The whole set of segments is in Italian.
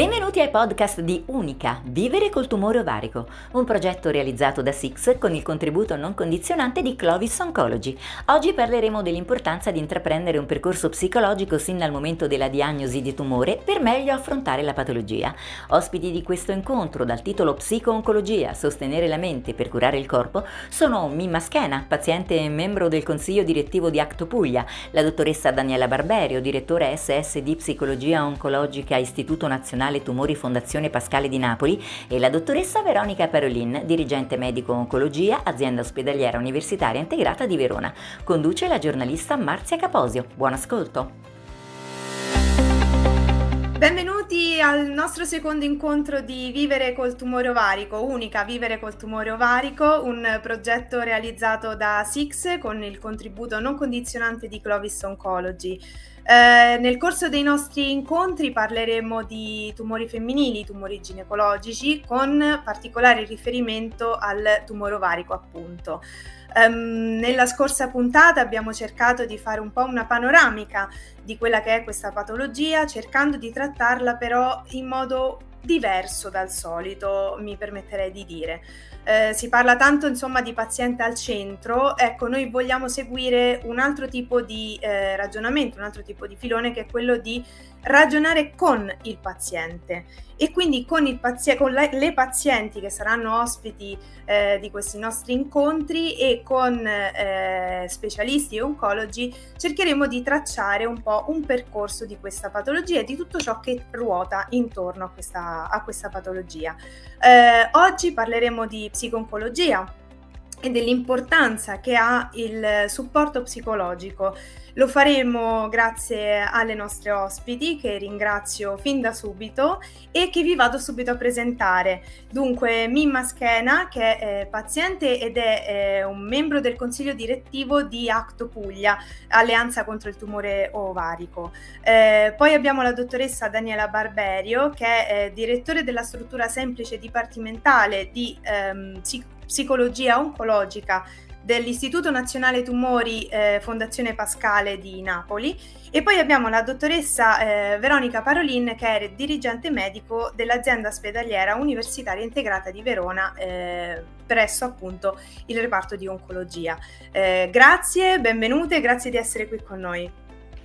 Benvenuti ai podcast di Unica, Vivere col tumore ovarico, un progetto realizzato da SIX con il contributo non condizionante di Clovis Oncology. Oggi parleremo dell'importanza di intraprendere un percorso psicologico sin dal momento della diagnosi di tumore per meglio affrontare la patologia. Ospiti di questo incontro dal titolo Psico-oncologia, sostenere la mente per curare il corpo, sono Mimma Schena, paziente e membro del consiglio direttivo di Acto Puglia, la dottoressa Daniela Barberio, direttore SS di Psicologia Oncologica Istituto Nazionale Tumori Fondazione Pascale di Napoli e la dottoressa Veronica Parolin, dirigente medico oncologia, azienda ospedaliera universitaria integrata di Verona. Conduce la giornalista Marzia Caposio. Buon ascolto. Benvenuti al nostro secondo incontro di Vivere col tumore ovarico, Unica, Vivere col tumore ovarico, un progetto realizzato da SIX con il contributo non condizionante di Clovis Oncology. Nel corso dei nostri incontri parleremo di tumori femminili, tumori ginecologici, con particolare riferimento al tumore ovarico, appunto. Nella scorsa puntata abbiamo cercato di fare un po' una panoramica di quella che è questa patologia, cercando di trattarla però in modo diverso dal solito, mi permetterei di dire. Si parla tanto insomma di paziente al centro, ecco, noi vogliamo seguire un altro tipo di ragionamento, un altro tipo di filone, che è quello di ragionare con il paziente e quindi con le pazienti che saranno ospiti di questi nostri incontri e con specialisti e oncologi cercheremo di tracciare un po' un percorso di questa patologia e di tutto ciò che ruota intorno a questa patologia. Oggi parleremo di psico-oncologia e dell'importanza che ha il supporto psicologico. Lo faremo grazie alle nostre ospiti, che ringrazio fin da subito e che vi vado subito a presentare. Dunque, Mimma Schena, che è paziente ed è un membro del consiglio direttivo di Acto Puglia, Alleanza contro il tumore ovarico. Poi abbiamo la dottoressa Daniela Barberio, che è direttore della struttura semplice dipartimentale di psicologia oncologica dell'Istituto Nazionale Tumori Fondazione Pascale di Napoli, e poi abbiamo la dottoressa Veronica Parolin, che è dirigente medico dell'azienda ospedaliera universitaria integrata di Verona presso appunto il reparto di oncologia. Grazie, benvenute, grazie di essere qui con noi.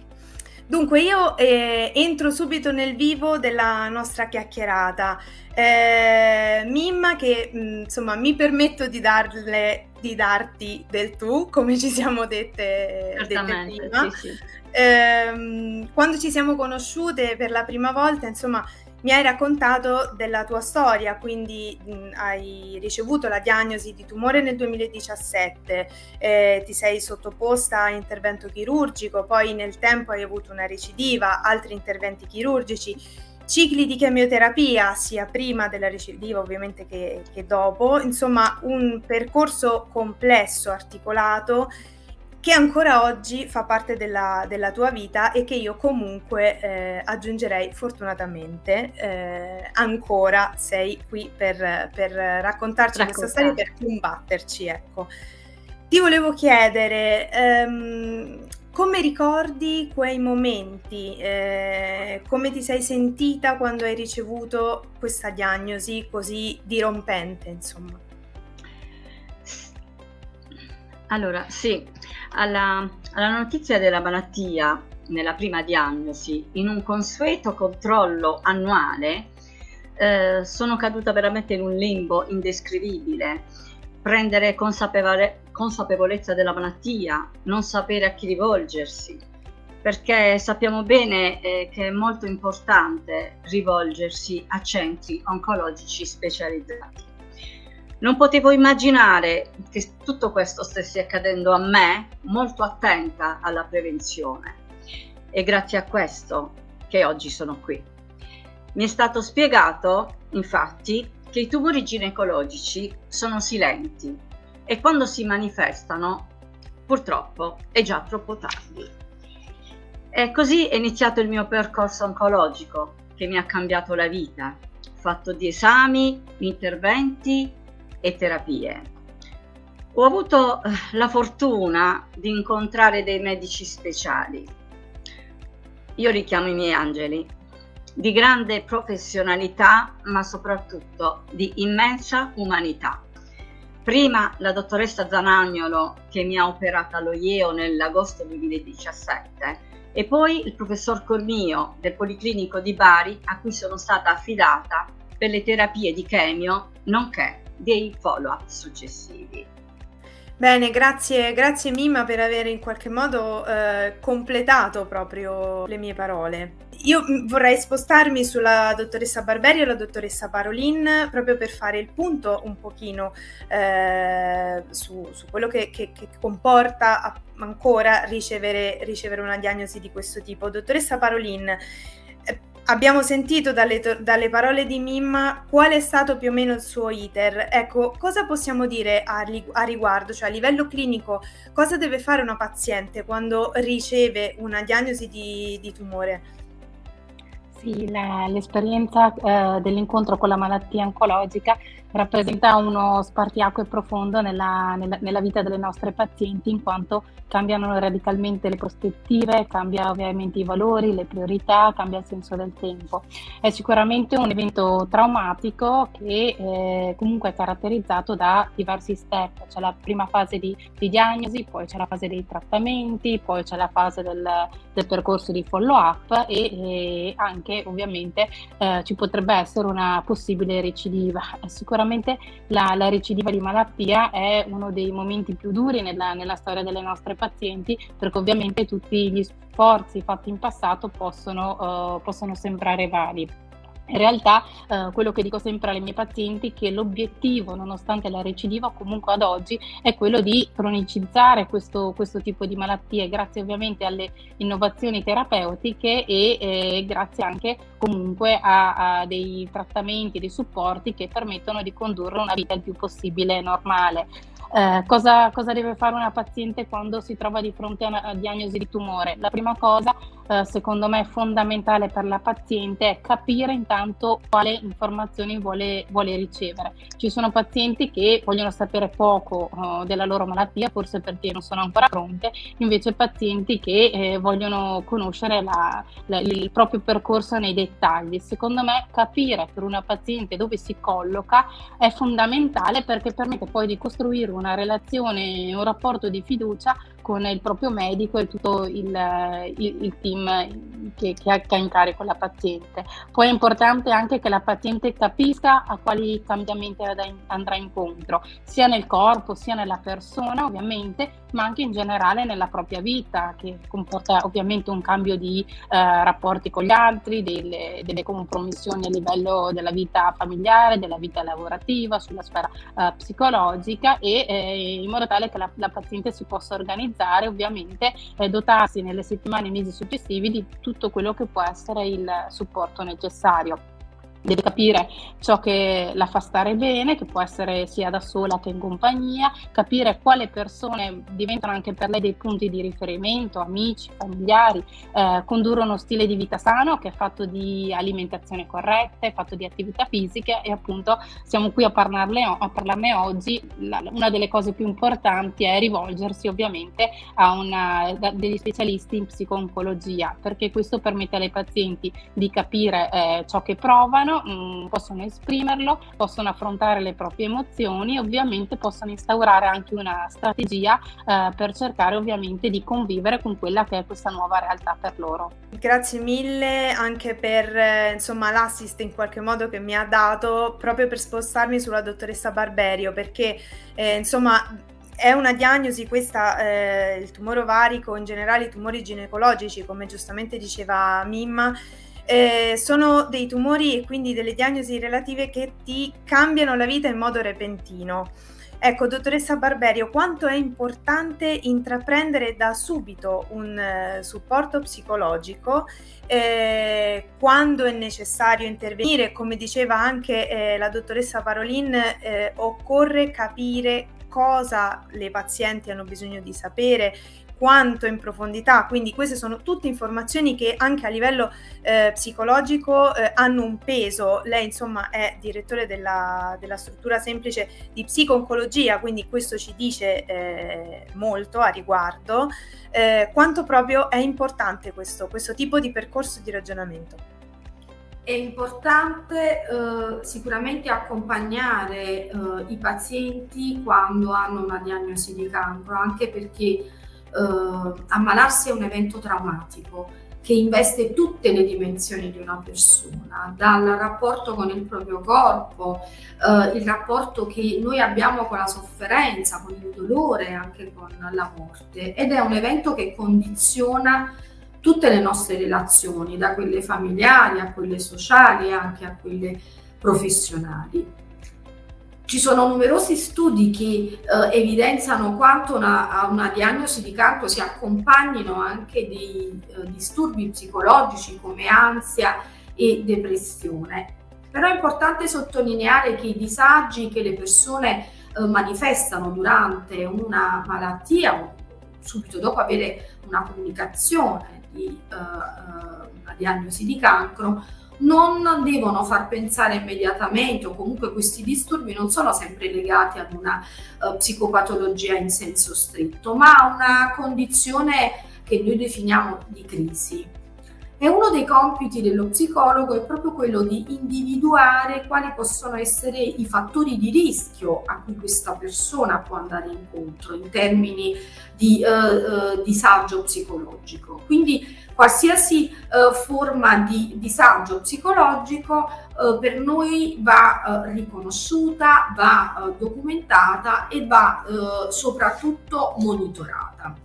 Dunque io entro subito nel vivo della nostra chiacchierata. Mimma, che insomma mi permetto di darti del tu, come ci siamo dette prima. Sì. Quando ci siamo conosciute per la prima volta, insomma, mi hai raccontato della tua storia, quindi hai ricevuto la diagnosi di tumore nel 2017, ti sei sottoposta a intervento chirurgico, poi nel tempo hai avuto una recidiva, altri interventi chirurgici, cicli di chemioterapia sia prima della recidiva ovviamente che dopo, insomma un percorso complesso, articolato, che ancora oggi fa parte della tua vita e che io comunque aggiungerei fortunatamente ancora sei qui per raccontarci questa storia, per combatterci, ecco. Ti volevo chiedere come ricordi quei momenti, come ti sei sentita quando hai ricevuto questa diagnosi così dirompente, insomma? Allora, sì, alla notizia della malattia, nella prima diagnosi, in un consueto controllo annuale, sono caduta veramente in un limbo indescrivibile. Prendere consapevolezza della malattia, non sapere a chi rivolgersi, perché sappiamo bene che è molto importante rivolgersi a centri oncologici specializzati. Non potevo immaginare che tutto questo stesse accadendo a me, molto attenta alla prevenzione. È grazie a questo che oggi sono qui. Mi è stato spiegato, infatti, che i tumori ginecologici sono silenti e quando si manifestano, purtroppo, è già troppo tardi. E così è iniziato il mio percorso oncologico, che mi ha cambiato la vita, fatto di esami, interventi e terapie. Ho avuto la fortuna di incontrare dei medici speciali. Io li chiamo i miei angeli. di grande professionalità, ma soprattutto di immensa umanità. Prima la dottoressa Zanagnolo, che mi ha operata allo IEO nell'agosto 2017, e poi il professor Cormio del Policlinico di Bari, a cui sono stata affidata per le terapie di chemio, nonché dei follow-up successivi. Bene, grazie Mimma per aver in qualche modo completato proprio le mie parole. Io vorrei spostarmi sulla dottoressa Barberio e la dottoressa Parolin proprio per fare il punto un pochino su quello che comporta ancora ricevere una diagnosi di questo tipo. Dottoressa Parolin, abbiamo sentito dalle parole di Mimma qual è stato più o meno il suo iter. Ecco, cosa possiamo dire a riguardo? Cioè a livello clinico, cosa deve fare una paziente quando riceve una diagnosi di tumore? Sì, l'esperienza dell'incontro con la malattia oncologica rappresenta uno spartiacque profondo nella vita delle nostre pazienti, in quanto cambiano radicalmente le prospettive, cambia ovviamente i valori, le priorità, cambia il senso del tempo. È sicuramente un evento traumatico che comunque è caratterizzato da diversi step. C'è la prima fase di diagnosi, poi c'è la fase dei trattamenti, poi c'è la fase del percorso di follow-up e anche ovviamente ci potrebbe essere una possibile recidiva. Sicuramente la recidiva di malattia è uno dei momenti più duri nella storia delle nostre pazienti, perché ovviamente tutti gli sforzi fatti in passato possono sembrare vani. In realtà quello che dico sempre alle mie pazienti è che l'obiettivo, nonostante la recidiva, comunque ad oggi è quello di cronicizzare questo tipo di malattie, grazie ovviamente alle innovazioni terapeutiche e grazie anche comunque a dei trattamenti, dei supporti che permettono di condurre una vita il più possibile normale. Cosa deve fare una paziente quando si trova di fronte a una diagnosi di tumore? La prima cosa, secondo me, fondamentale per la paziente è capire intanto quale informazioni vuole ricevere. Ci sono pazienti che vogliono sapere poco della loro malattia, forse perché non sono ancora pronte, invece pazienti che vogliono conoscere il proprio percorso nei dettagli. Secondo me capire per una paziente dove si colloca è fondamentale, perché permette poi di costruire una relazione, un rapporto di fiducia con il proprio medico e tutto il team che ha in carico la paziente. Poi è importante anche che la paziente capisca a quali cambiamenti andrà incontro, sia nel corpo, sia nella persona ovviamente, ma anche in generale nella propria vita, che comporta ovviamente un cambio di rapporti con gli altri, delle compromissioni a livello della vita familiare, della vita lavorativa, sulla sfera psicologica, e in modo tale che la paziente si possa organizzare, ovviamente dotarsi nelle settimane e mesi successivi di tutto quello che può essere il supporto necessario. Deve capire ciò che la fa stare bene, che può essere sia da sola che in compagnia, capire quale persone diventano anche per lei dei punti di riferimento, amici, familiari, condurre uno stile di vita sano che è fatto di alimentazione corretta, è fatto di attività fisiche, e appunto siamo qui a parlarne oggi. Una delle cose più importanti è rivolgersi ovviamente a degli specialisti in psico-oncologia, perché questo permette alle pazienti di capire ciò che provano, possono esprimerlo, possono affrontare le proprie emozioni, ovviamente possono instaurare anche una strategia per cercare ovviamente di convivere con quella che è questa nuova realtà per loro. Grazie mille anche per insomma l'assist in qualche modo che mi ha dato, proprio per spostarmi sulla dottoressa Barberio, perché insomma è una diagnosi questa, il tumore ovarico, in generale i tumori ginecologici, come giustamente diceva Mimma, sono dei tumori e quindi delle diagnosi relative che ti cambiano la vita in modo repentino. Ecco, dottoressa Barberio, quanto è importante intraprendere da subito un supporto psicologico quando è necessario intervenire. Come diceva anche la dottoressa Parolin, occorre capire cosa le pazienti hanno bisogno di sapere, quanto in profondità, quindi queste sono tutte informazioni che anche a livello psicologico hanno un peso. Lei insomma è direttore della struttura semplice di psico-oncologia, quindi questo ci dice molto a riguardo, quanto proprio è importante questo tipo di percorso di ragionamento. è importante sicuramente accompagnare i pazienti quando hanno una diagnosi di cancro, anche perché ammalarsi è un evento traumatico che investe tutte le dimensioni di una persona, dal rapporto con il proprio corpo, il rapporto che noi abbiamo con la sofferenza, con il dolore, anche con la morte, ed è un evento che condiziona tutte le nostre relazioni, da quelle familiari a quelle sociali e anche a quelle professionali. Ci sono numerosi studi che evidenziano quanto a una diagnosi di cancro si accompagnino anche dei disturbi psicologici come ansia e depressione. Però è importante sottolineare che i disagi che le persone manifestano durante una malattia o subito dopo avere una comunicazione di una diagnosi di cancro non devono far pensare immediatamente, o comunque questi disturbi non sono sempre legati ad una psicopatologia in senso stretto, ma a una condizione che noi definiamo di crisi. E uno dei compiti dello psicologo è proprio quello di individuare quali possono essere i fattori di rischio a cui questa persona può andare incontro in termini di disagio psicologico. Quindi qualsiasi forma di disagio psicologico per noi va riconosciuta, va documentata e va soprattutto monitorata.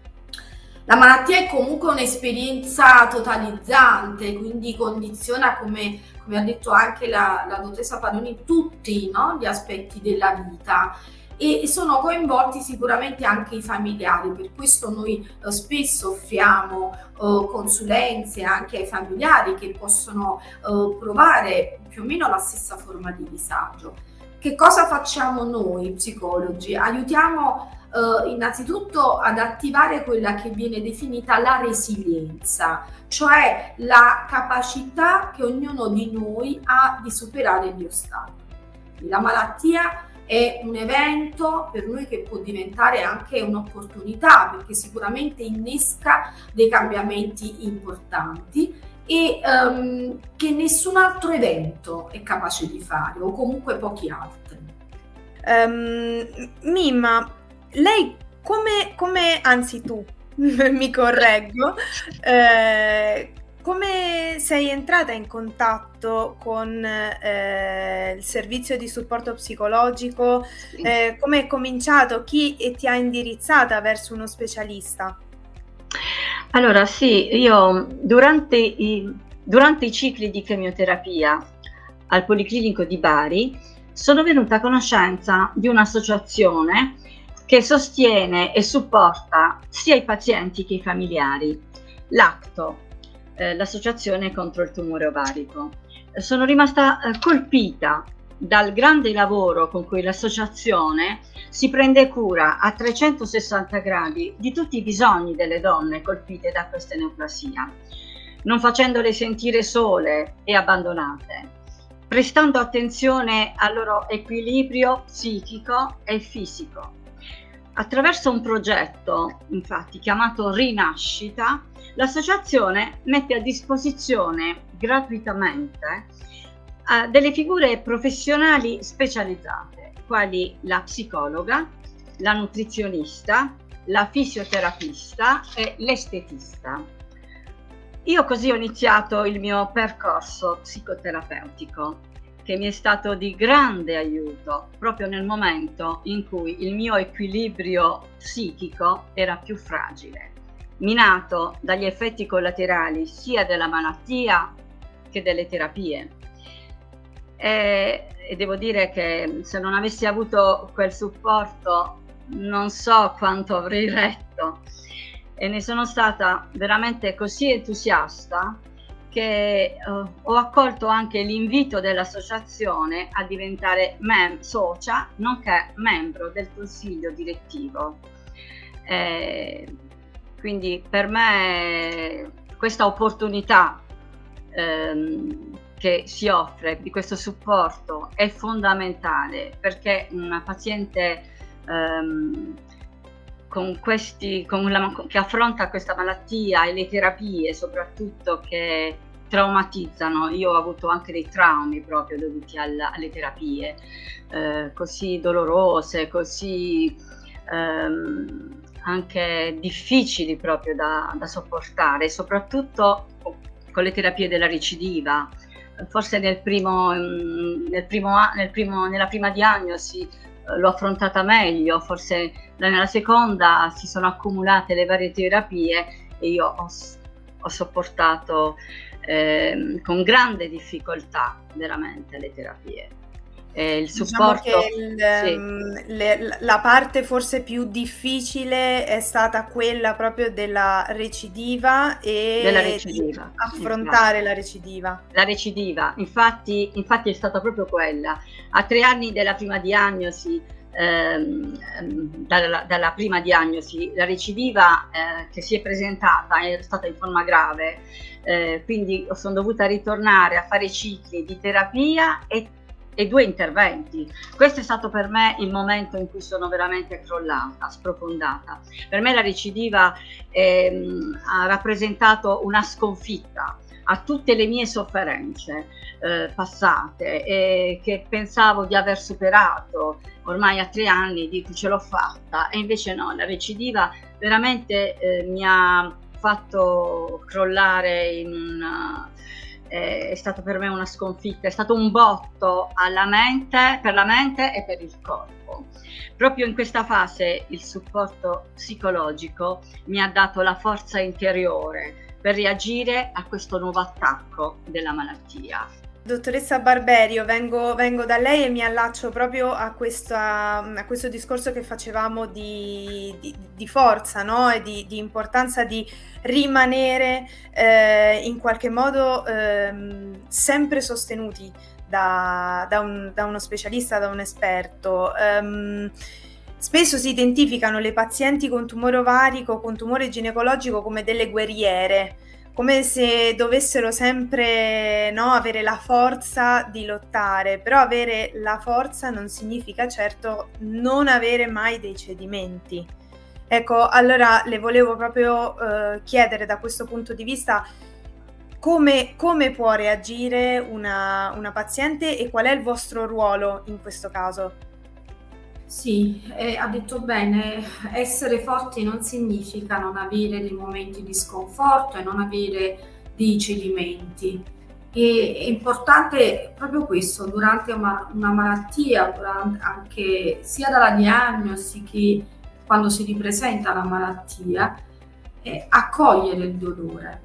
La malattia è comunque un'esperienza totalizzante, quindi condiziona, come ha detto anche la dottoressa Padoni, tutti, no, gli aspetti della vita, e sono coinvolti sicuramente anche i familiari. Per questo noi spesso offriamo consulenze anche ai familiari che possono provare più o meno la stessa forma di disagio. Che cosa facciamo noi psicologi? Aiutiamo innanzitutto ad attivare quella che viene definita la resilienza, cioè la capacità che ognuno di noi ha di superare gli ostacoli. La malattia è un evento per noi che può diventare anche un'opportunità, perché sicuramente innesca dei cambiamenti importanti e che nessun altro evento è capace di fare, o comunque pochi altri. Mimma, lei come anzi tu, mi correggo, come sei entrata in contatto con il servizio di supporto psicologico? Sì. Come è cominciato? Chi ti ha indirizzata verso uno specialista? Allora sì, io durante i cicli di chemioterapia al Policlinico di Bari sono venuta a conoscenza di un'associazione che sostiene e supporta sia i pazienti che i familiari, l'ACTO, l'Associazione contro il tumore ovarico. Sono rimasta colpita dal grande lavoro con cui l'associazione si prende cura a 360 gradi di tutti i bisogni delle donne colpite da questa neoplasia, non facendole sentire sole e abbandonate, prestando attenzione al loro equilibrio psichico e fisico. Attraverso un progetto, infatti, chiamato Rinascita, l'associazione mette a disposizione gratuitamente delle figure professionali specializzate, quali la psicologa, la nutrizionista, la fisioterapista e l'estetista. Io così ho iniziato il mio percorso psicoterapeutico, che mi è stato di grande aiuto proprio nel momento in cui il mio equilibrio psichico era più fragile, minato dagli effetti collaterali sia della malattia che delle terapie. E devo dire che se non avessi avuto quel supporto non so quanto avrei retto, e ne sono stata veramente così entusiasta che ho accolto anche l'invito dell'associazione a diventare socia, nonché membro del consiglio direttivo. Quindi per me questa opportunità che si offre di questo supporto è fondamentale, perché una paziente che affronta questa malattia e le terapie soprattutto che traumatizzano. Io ho avuto anche dei traumi proprio dovuti alle terapie, così dolorose, così anche difficili proprio da sopportare, soprattutto con le terapie della recidiva. Forse nella prima diagnosi l'ho affrontata meglio, forse nella seconda si sono accumulate le varie terapie e io ho sopportato con grande difficoltà veramente le terapie. Il supporto, diciamo che la parte forse più difficile è stata quella proprio della recidiva e di affrontare la recidiva. La recidiva, infatti è stata proprio quella. A 3 anni dalla prima diagnosi, dalla prima diagnosi, la recidiva che si è presentata è stata in forma grave, quindi sono dovuta ritornare a fare cicli di terapia e 2 interventi. Questo è stato per me il momento in cui sono veramente crollata, sprofondata. Per me la recidiva ha rappresentato una sconfitta a tutte le mie sofferenze passate che pensavo di aver superato. Ormai a 3 anni dico ce l'ho fatta, e invece no, la recidiva veramente mi ha fatto crollare in una... È stato per me una sconfitta, è stato un botto alla mente, per la mente e per il corpo. Proprio in questa fase il supporto psicologico mi ha dato la forza interiore per reagire a questo nuovo attacco della malattia. Dottoressa Barberio, vengo da lei e mi allaccio proprio a questo discorso che facevamo di forza, no? E di importanza di rimanere in qualche modo sempre sostenuti da uno specialista, da un esperto. Spesso si identificano le pazienti con tumore ovarico, con tumore ginecologico come delle guerriere, come se dovessero sempre, no, avere la forza di lottare, però avere la forza non significa certo non avere mai dei cedimenti. Ecco, allora le volevo proprio chiedere da questo punto di vista come può reagire una paziente e qual è il vostro ruolo in questo caso? Sì, ha detto bene, essere forti non significa non avere dei momenti di sconforto e non avere dei cedimenti. È importante proprio questo, durante una malattia, anche sia dalla diagnosi che quando si ripresenta la malattia, accogliere il dolore,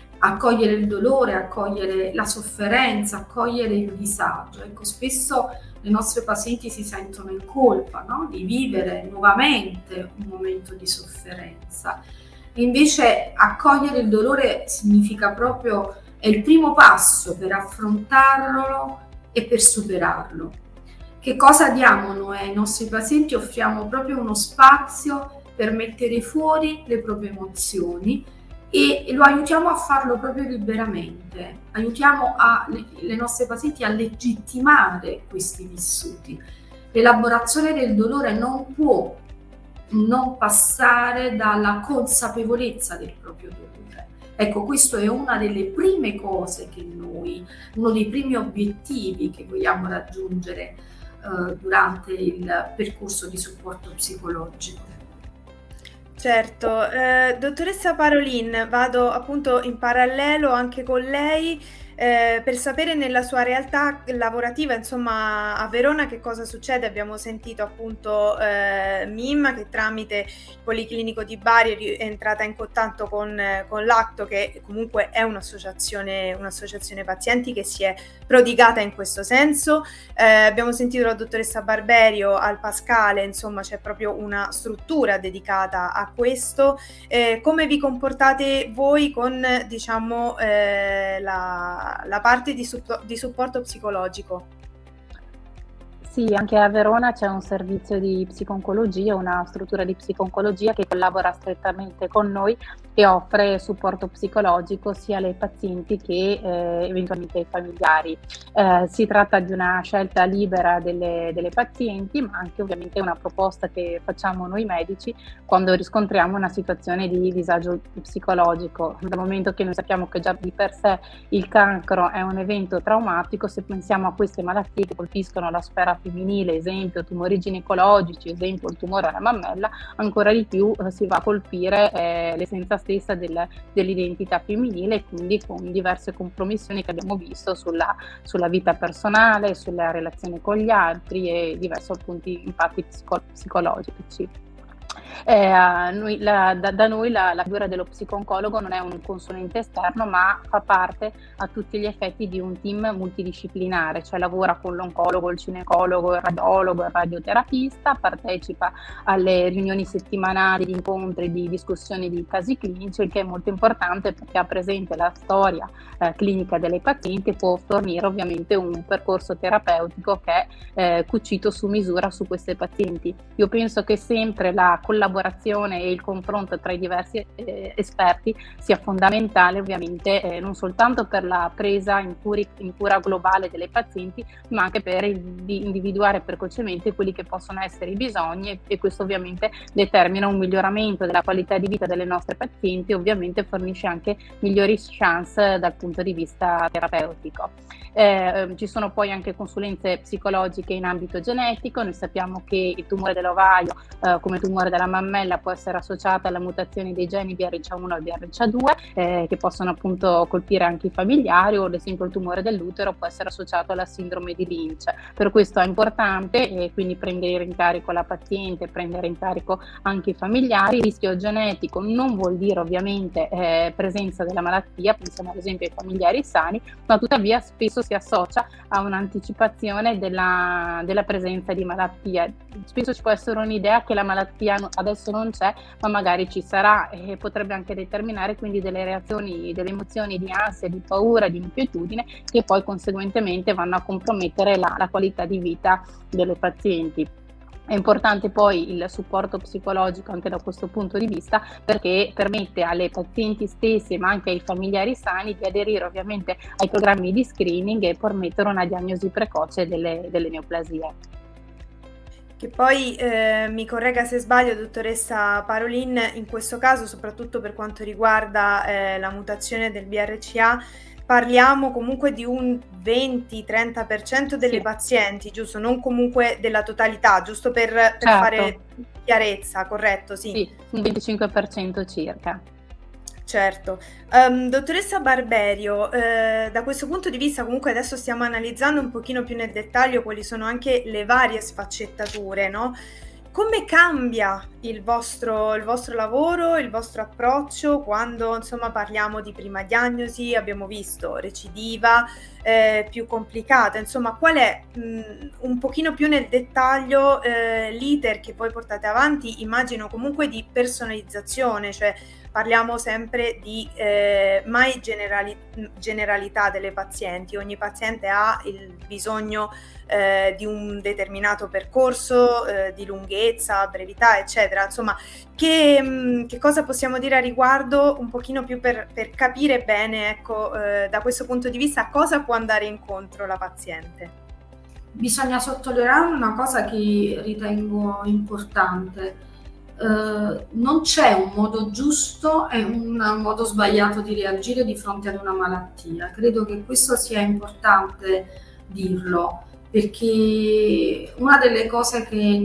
accogliere la sofferenza, accogliere il disagio. Ecco, spesso le nostre pazienti si sentono in colpa, no? Di vivere nuovamente un momento di sofferenza. E invece accogliere il dolore significa proprio, è il primo passo per affrontarlo e per superarlo. Che cosa diamo noi ai nostri pazienti? Offriamo proprio uno spazio per mettere fuori le proprie emozioni e lo aiutiamo a farlo proprio liberamente, aiutiamo le nostre pazienti a legittimare questi vissuti. L'elaborazione del dolore non può non passare dalla consapevolezza del proprio dolore. Ecco, questo è una delle prime cose che noi, uno dei primi obiettivi che vogliamo raggiungere durante il percorso di supporto psicologico. Certo, dottoressa Parolin, vado appunto in parallelo anche con lei per sapere nella sua realtà lavorativa, insomma, a Verona che cosa succede. Abbiamo sentito appunto Mimma che tramite il Policlinico di Bari è entrata in contatto con l'Acto, che comunque è un'associazione pazienti che si è prodigata in questo senso. Abbiamo sentito la dottoressa Barberio al Pascale, insomma c'è proprio una struttura dedicata a questo. Come vi comportate voi con, diciamo, la parte di supporto psicologico? Sì, anche a Verona c'è un servizio di psico-oncologia, una struttura di psico-oncologia che collabora strettamente con noi e offre supporto psicologico sia alle pazienti che eventualmente ai familiari. Si tratta di una scelta libera delle pazienti, ma anche ovviamente una proposta che facciamo noi medici quando riscontriamo una situazione di disagio psicologico. Dal momento che noi sappiamo che già di per sé il cancro è un evento traumatico, se pensiamo a queste malattie che colpiscono la sfera femminile, esempio tumori ginecologici, esempio il tumore alla mammella, ancora di più si va a colpire l'essenza stessa dell'identità femminile, e quindi con diverse compromissioni che abbiamo visto sulla vita personale, sulla relazione con gli altri e diversi appunti impatti psicologici. Da noi la figura dello psico-oncologo non è un consulente esterno, ma fa parte a tutti gli effetti di un team multidisciplinare, cioè lavora con l'oncologo, il ginecologo, il radiologo, il radioterapista, partecipa alle riunioni settimanali di incontri, di discussioni di casi clinici, il che è molto importante perché ha presente la storia clinica delle pazienti e può fornire ovviamente un percorso terapeutico che è cucito su misura su queste pazienti. Io penso che sempre la collaborazione e il confronto tra i diversi esperti sia fondamentale, ovviamente non soltanto per la presa in cura globale delle pazienti, ma anche per individuare precocemente quelli che possono essere i bisogni, e questo ovviamente determina un miglioramento della qualità di vita delle nostre pazienti e ovviamente fornisce anche migliori chance dal punto di vista terapeutico. Ci sono poi anche consulenze psicologiche in ambito genetico. Noi sappiamo che il tumore dell'ovaio come tumore della mammella può essere associato alla mutazione dei geni BRCA1 e BRCA2 che possono appunto colpire anche i familiari, o ad esempio il tumore dell'utero può essere associato alla sindrome di Lynch. Per questo è importante quindi prendere in carico la paziente, prendere in carico anche i familiari. Il rischio genetico non vuol dire ovviamente presenza della malattia, pensiamo ad esempio ai familiari sani, ma tuttavia spesso si associa a un'anticipazione della presenza di malattia. Spesso ci può essere un'idea che la malattia adesso non c'è, ma magari ci sarà, e potrebbe anche determinare quindi delle reazioni, delle emozioni di ansia, di paura, di inquietudine, che poi conseguentemente vanno a compromettere la qualità di vita delle pazienti. È importante poi il supporto psicologico anche da questo punto di vista, perché permette alle pazienti stesse, ma anche ai familiari sani, di aderire ovviamente ai programmi di screening e permettere una diagnosi precoce delle neoplasie. Che poi mi corregga se sbaglio, dottoressa Parolin, in questo caso, soprattutto per quanto riguarda la mutazione del BRCA, parliamo comunque di un 20-30% delle pazienti, giusto? Non comunque della totalità, giusto per Certo. fare chiarezza, corretto? Sì, un 25% circa. Certo. Dottoressa Barberio, da questo punto di vista comunque adesso stiamo analizzando un pochino più nel dettaglio quali sono anche le varie sfaccettature, no? Come cambia il vostro lavoro, il vostro approccio quando insomma parliamo di prima diagnosi, abbiamo visto recidiva, più complicata, insomma qual è un pochino più nel dettaglio l'iter che voi portate avanti, immagino comunque di personalizzazione, cioè parliamo sempre di mai generalità delle pazienti, ogni paziente ha il bisogno di un determinato percorso, di lunghezza, brevità, eccetera. Insomma, che cosa possiamo dire a riguardo un pochino più per capire bene, ecco, da questo punto di vista, a cosa può andare incontro la paziente? Bisogna sottolineare una cosa che ritengo importante. Non c'è un modo giusto e un modo sbagliato di reagire di fronte ad una malattia. Credo che questo sia importante dirlo, perché una delle cose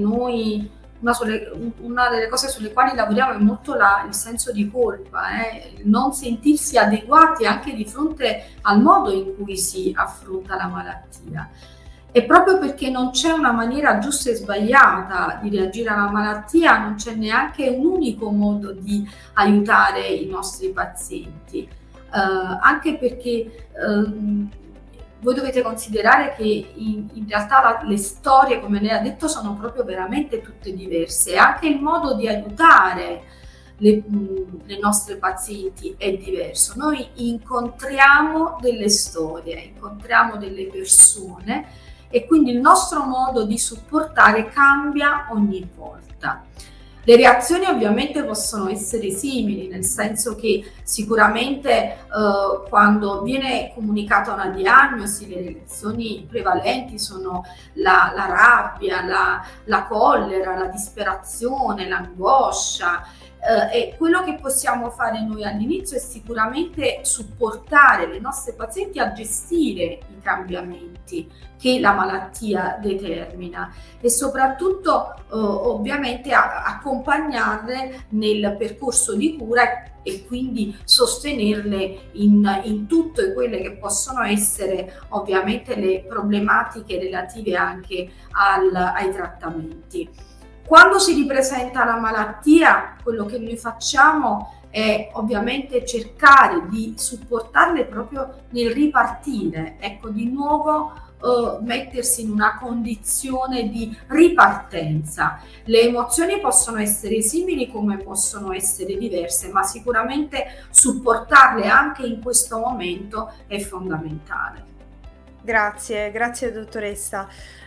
sulle quali lavoriamo è molto il senso di colpa, non sentirsi adeguati anche di fronte al modo in cui si affronta la malattia. E proprio perché non c'è una maniera giusta e sbagliata di reagire alla malattia, non c'è neanche un unico modo di aiutare i nostri pazienti, anche perché voi dovete considerare che in realtà le storie, come lei ha detto, sono proprio veramente tutte diverse, e anche il modo di aiutare le nostre pazienti è diverso. Noi incontriamo delle storie, incontriamo delle persone e quindi il nostro modo di supportare cambia ogni volta. Le reazioni ovviamente possono essere simili, nel senso che sicuramente quando viene comunicata una diagnosi, le reazioni prevalenti sono la rabbia, la collera, la disperazione, l'angoscia. E quello che possiamo fare noi all'inizio è sicuramente supportare le nostre pazienti a gestire i cambiamenti che la malattia determina e soprattutto ovviamente accompagnarle nel percorso di cura e quindi sostenerle in tutte quelle che possono essere ovviamente le problematiche relative anche ai trattamenti. Quando si ripresenta la malattia, quello che noi facciamo è ovviamente cercare di supportarle proprio nel ripartire, ecco, di nuovo mettersi in una condizione di ripartenza. Le emozioni possono essere simili come possono essere diverse, ma sicuramente supportarle anche in questo momento è fondamentale. Grazie dottoressa.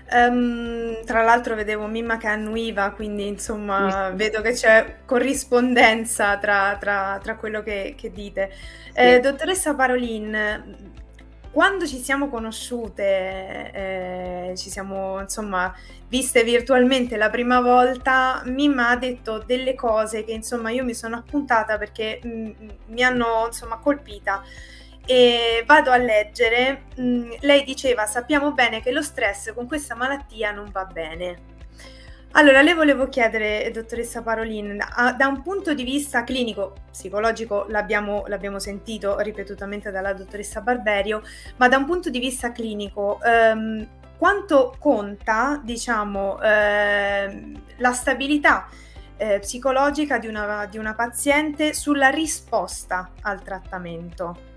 Tra l'altro vedevo Mimma che annuiva, quindi insomma vedo che c'è corrispondenza tra quello che dite. Sì. Dottoressa Parolin, quando ci siamo conosciute, ci siamo insomma viste virtualmente la prima volta, Mimma ha detto delle cose che insomma io mi sono appuntata perché mi hanno insomma colpita. E vado a leggere. Lei diceva: sappiamo bene che lo stress con questa malattia non va bene. Allora le volevo chiedere, dottoressa Parolin, da un punto di vista clinico, psicologico l'abbiamo sentito ripetutamente dalla dottoressa Barberio, ma da un punto di vista clinico quanto conta, diciamo, la stabilità psicologica di una paziente sulla risposta al trattamento?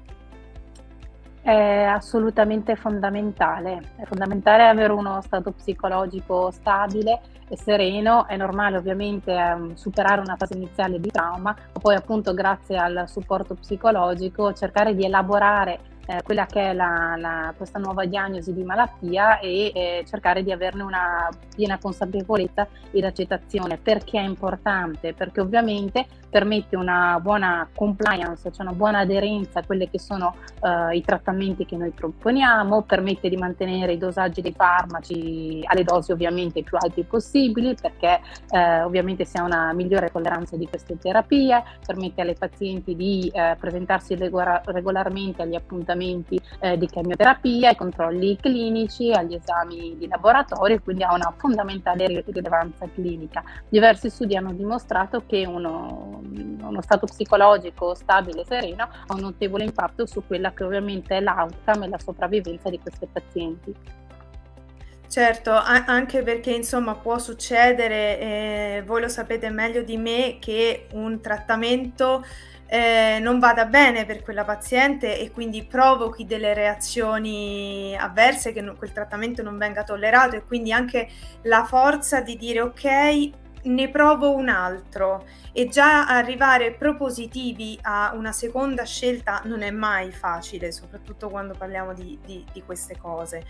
È assolutamente fondamentale. È fondamentale avere uno stato psicologico stabile e sereno. È normale ovviamente superare una fase iniziale di trauma, ma poi appunto grazie al supporto psicologico cercare di elaborare quella che è questa nuova diagnosi di malattia e cercare di averne una piena consapevolezza ed accettazione. Perché è importante? Perché ovviamente permette una buona compliance, cioè una buona aderenza a quelli che sono i trattamenti che noi proponiamo, permette di mantenere i dosaggi dei farmaci alle dosi ovviamente più alte possibili, perché ovviamente si ha una migliore tolleranza di queste terapie, permette alle pazienti di presentarsi regolarmente agli appuntamenti di chemioterapia, ai controlli clinici, agli esami di laboratorio, quindi ha una fondamentale rilevanza clinica. Diversi studi hanno dimostrato che uno stato psicologico stabile e sereno ha un notevole impatto su quella che ovviamente è l'outcome e la sopravvivenza di queste pazienti. Certo, anche perché insomma può succedere, voi lo sapete meglio di me, che un trattamento non vada bene per quella paziente e quindi provochi delle reazioni avverse, che quel trattamento non venga tollerato, e quindi anche la forza di dire ok, ne provo un altro, e già arrivare propositivi a una seconda scelta non è mai facile, soprattutto quando parliamo di queste cose.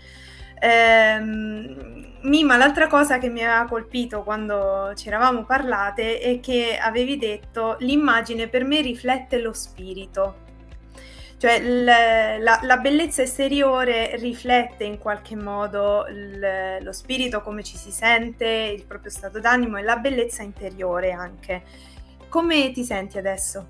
Mimma, l'altra cosa che mi aveva colpito quando ci eravamo parlate è che avevi detto: l'immagine per me riflette lo spirito, cioè la bellezza esteriore riflette in qualche modo lo spirito, come ci si sente, il proprio stato d'animo, e la bellezza interiore anche. Come ti senti adesso?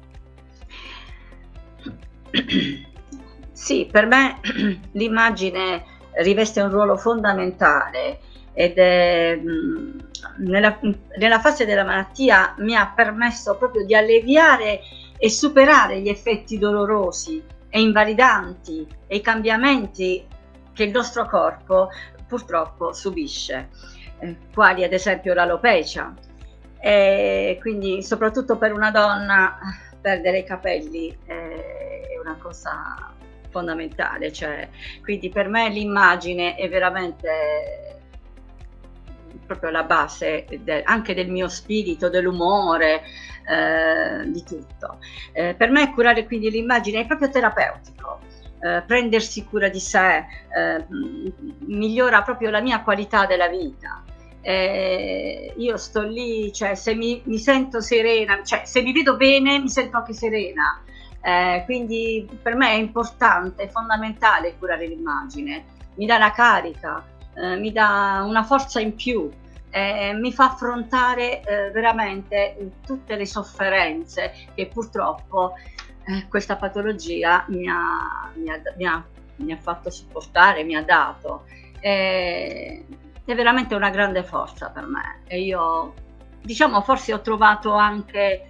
Sì, per me l'immagine riveste un ruolo fondamentale ed è, nella fase della malattia mi ha permesso proprio di alleviare e superare gli effetti dolorosi e invalidanti e i cambiamenti che il nostro corpo purtroppo subisce, quali ad esempio l'alopecia. E quindi soprattutto per una donna perdere i capelli è una cosa fondamentale, cioè, quindi per me l'immagine è veramente proprio la base anche del mio spirito, dell'umore, di tutto. Per me curare quindi l'immagine è proprio terapeutico, prendersi cura di sé, migliora proprio la mia qualità della vita. Io sto lì, cioè se mi sento serena, cioè se mi vedo bene mi sento anche serena, quindi per me è importante, è fondamentale curare l'immagine, mi dà la carica, mi dà una forza in più, mi fa affrontare veramente tutte le sofferenze che purtroppo questa patologia mi ha fatto sopportare, mi ha dato. È veramente una grande forza per me, e io, diciamo, forse ho trovato anche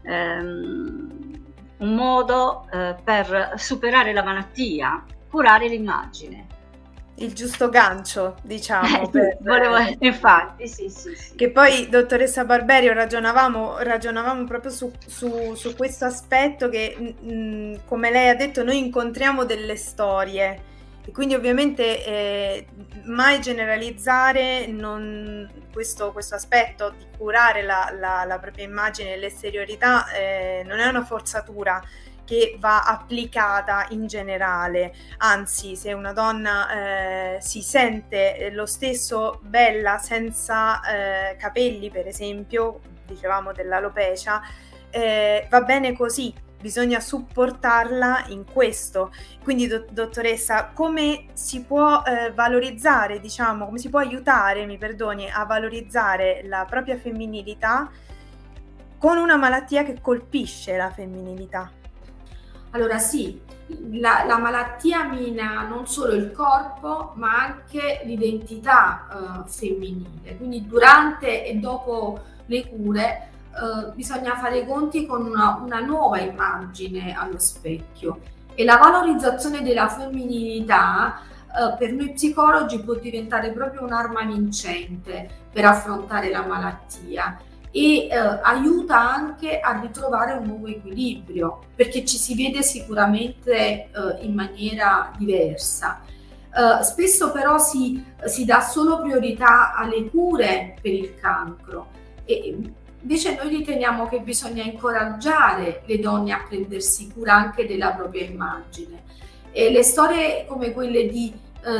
un modo per superare la malattia, curare l'immagine. Il giusto gancio, diciamo. Infatti, sì. Che poi, dottoressa Barberio, ragionavamo proprio su questo aspetto che, come lei ha detto, noi incontriamo delle storie. E quindi ovviamente mai generalizzare questo aspetto di curare la propria immagine e l'esteriorità non è una forzatura che va applicata in generale, anzi, se una donna si sente lo stesso bella senza capelli, per esempio, dicevamo dell'alopecia, va bene così. Bisogna supportarla in questo. Quindi, dottoressa, come si può valorizzare, diciamo, come si può aiutare, mi perdoni, a valorizzare la propria femminilità con una malattia che colpisce la femminilità? Allora sì, la malattia mina non solo il corpo, ma anche l'identità femminile. Quindi durante e dopo le cure bisogna fare i conti con una nuova immagine allo specchio, e la valorizzazione della femminilità per noi psicologi può diventare proprio un'arma vincente per affrontare la malattia, e aiuta anche a ritrovare un nuovo equilibrio, perché ci si vede sicuramente in maniera diversa. Spesso però si dà solo priorità alle cure per il cancro, e invece noi riteniamo che bisogna incoraggiare le donne a prendersi cura anche della propria immagine. E le storie come quelle di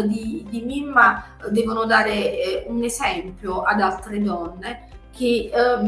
Mimma devono dare un esempio ad altre donne che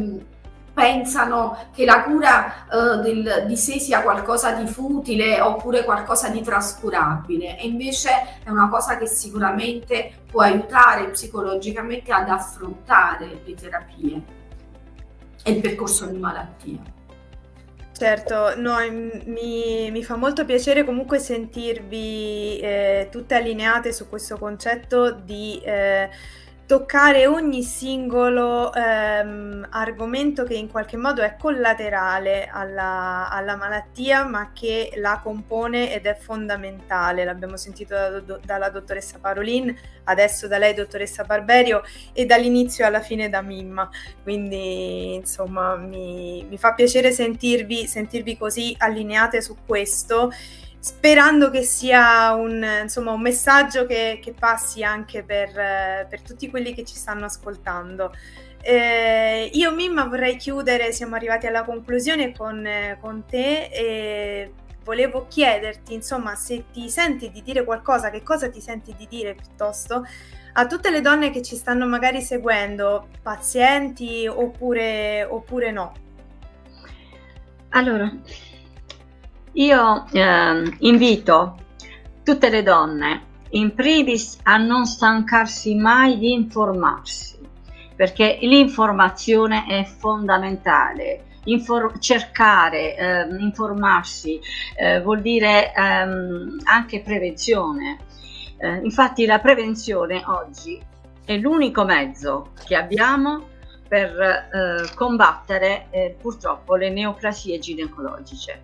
pensano che la cura di sé sia qualcosa di futile oppure qualcosa di trascurabile, e invece è una cosa che sicuramente può aiutare psicologicamente ad affrontare le terapie e il percorso di malattia. Certo, no, mi fa molto piacere comunque sentirvi tutte allineate su questo concetto di toccare ogni singolo argomento che in qualche modo è collaterale alla malattia, ma che la compone ed è fondamentale. L'abbiamo sentito dalla dottoressa Parolin, adesso da lei, dottoressa Barberio, e dall'inizio alla fine da Mimma. Quindi insomma mi fa piacere sentirvi così allineate su questo, sperando che sia un messaggio che passi anche per tutti quelli che ci stanno ascoltando. Io, Mimma, vorrei chiudere, siamo arrivati alla conclusione con te, e volevo chiederti, insomma, se ti senti di dire qualcosa, che cosa ti senti di dire piuttosto a tutte le donne che ci stanno magari seguendo, pazienti oppure no. Allora, io invito tutte le donne, in primis, a non stancarsi mai di informarsi, perché l'informazione è fondamentale. Cercare, informarsi vuol dire anche prevenzione. Infatti la prevenzione oggi è l'unico mezzo che abbiamo per combattere purtroppo le neoplasie ginecologiche,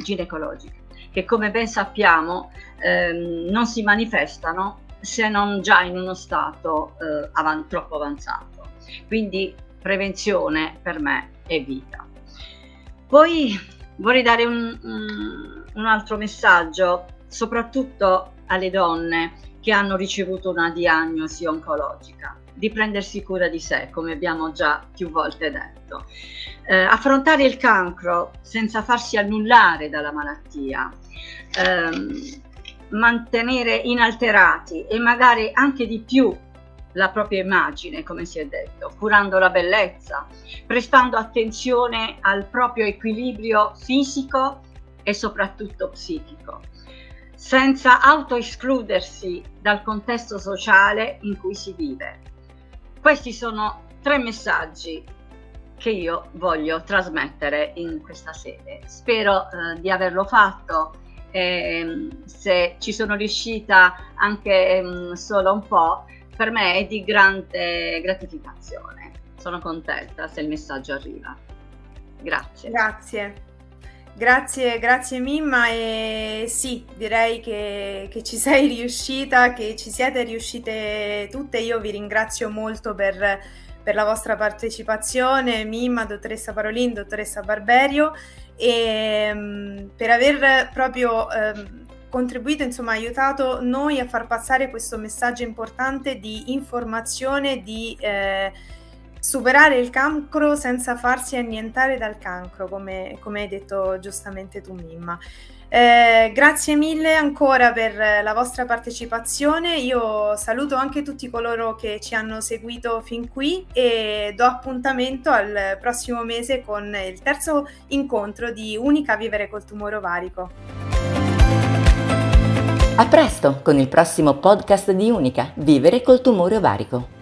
che come ben sappiamo non si manifestano se non già in uno stato troppo avanzato. Quindi prevenzione per me è vita. Poi vorrei dare un altro messaggio, soprattutto alle donne che hanno ricevuto una diagnosi oncologica, di prendersi cura di sé, come abbiamo già più volte detto. Affrontare il cancro senza farsi annullare dalla malattia mantenere inalterati e magari anche di più la propria immagine, come si è detto, curando la bellezza, prestando attenzione al proprio equilibrio fisico e soprattutto psichico, senza autoescludersi dal contesto sociale in cui si vive. Questi sono 3 messaggi che io voglio trasmettere in questa sede. Spero di averlo fatto, se ci sono riuscita anche solo un po', per me è di grande gratificazione. Sono contenta se il messaggio arriva. Grazie. Grazie Mimma, e sì, direi che ci sei riuscita, che ci siete riuscite tutte. Io vi ringrazio molto per la vostra partecipazione, Mimma, dottoressa Parolin, dottoressa Barberio, e per aver proprio contribuito, insomma, aiutato noi a far passare questo messaggio importante di informazione, di superare il cancro senza farsi annientare dal cancro, come hai detto giustamente tu, Mimma. Grazie mille ancora per la vostra partecipazione. Io saluto anche tutti coloro che ci hanno seguito fin qui e do appuntamento al prossimo mese con il terzo incontro di Unica Vivere col tumore ovarico. A presto con il prossimo podcast di Unica Vivere col tumore ovarico.